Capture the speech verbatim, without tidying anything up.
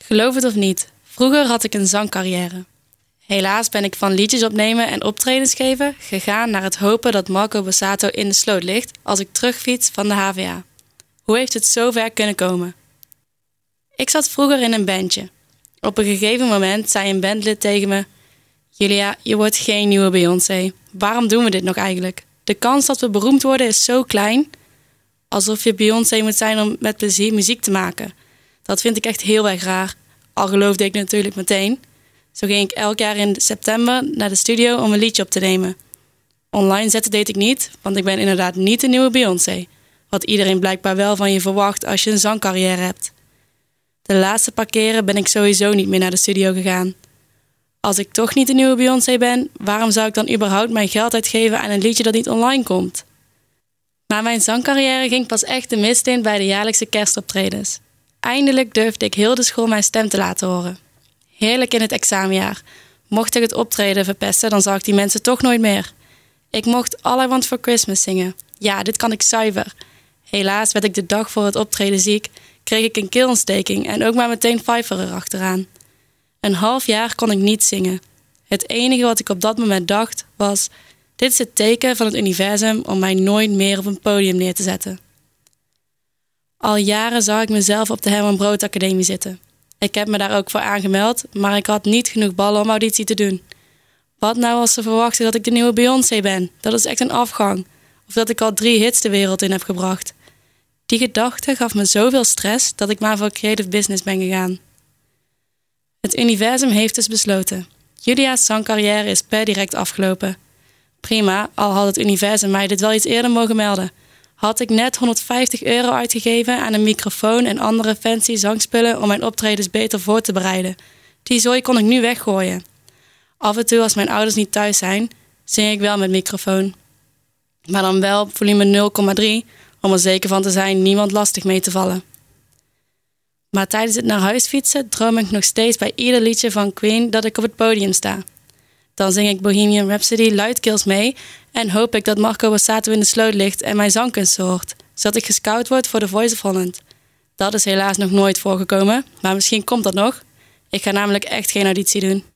Geloof het of niet, vroeger had ik een zangcarrière. Helaas ben ik van liedjes opnemen en optredens geven gegaan naar het hopen dat Marco Borsato in de sloot ligt als ik terugfiets van de H V A. Hoe heeft het zo ver kunnen komen? Ik zat vroeger in een bandje. Op een gegeven moment zei een bandlid tegen me: Julia, je wordt geen nieuwe Beyoncé. Waarom doen we dit nog eigenlijk? De kans dat we beroemd worden is zo klein. Alsof je Beyoncé moet zijn om met plezier muziek te maken. Dat vind ik echt heel erg raar. Al geloofde ik natuurlijk meteen. Zo ging ik elk jaar in september naar de studio om een liedje op te nemen. Online zetten deed ik niet, want ik ben inderdaad niet de nieuwe Beyoncé. Wat iedereen blijkbaar wel van je verwacht als je een zangcarrière hebt. De laatste paar keren ben ik sowieso niet meer naar de studio gegaan. Als ik toch niet de nieuwe Beyoncé ben, waarom zou ik dan überhaupt mijn geld uitgeven aan een liedje dat niet online komt? Maar mijn zangcarrière ging pas echt de mist in bij de jaarlijkse kerstoptredens. Eindelijk durfde ik heel de school mijn stem te laten horen. Heerlijk in het examenjaar. Mocht ik het optreden verpesten, dan zag ik die mensen toch nooit meer. Ik mocht All I Want For Christmas zingen. Ja, dit kan ik zuiver. Helaas werd ik de dag voor het optreden ziek, kreeg ik een keelontsteking en ook maar meteen Pfeiffer erachteraan. Een half jaar kon ik niet zingen. Het enige wat ik op dat moment dacht was: dit is het teken van het universum om mij nooit meer op een podium neer te zetten. Al jaren zag ik mezelf op de Herman Brood Academie zitten. Ik heb me daar ook voor aangemeld, maar ik had niet genoeg ballen om auditie te doen. Wat nou als ze verwachten dat ik de nieuwe Beyoncé ben? Dat is echt een afgang. Of dat ik al drie hits de wereld in heb gebracht. Die gedachte gaf me zoveel stress dat ik maar voor creative business ben gegaan. Het universum heeft dus besloten: Julia's zangcarrière is per direct afgelopen. Prima, al had het universum mij dit wel iets eerder mogen melden. Had ik net honderdvijftig euro uitgegeven aan een microfoon en andere fancy zangspullen om mijn optredens beter voor te bereiden. Die zooi kon ik nu weggooien. Af en toe als mijn ouders niet thuis zijn, zing ik wel met microfoon. Maar dan wel op volume nul komma drie, om er zeker van te zijn niemand lastig mee te vallen. Maar tijdens het naar huis fietsen droom ik nog steeds bij ieder liedje van Queen dat ik op het podium sta. Dan zing ik Bohemian Rhapsody luidkeels mee en hoop ik dat Marco Borsato in de sloot ligt en mijn zangkunsten hoort, zodat ik gescout word voor The Voice of Holland. Dat is helaas nog nooit voorgekomen, maar misschien komt dat nog. Ik ga namelijk echt geen auditie doen.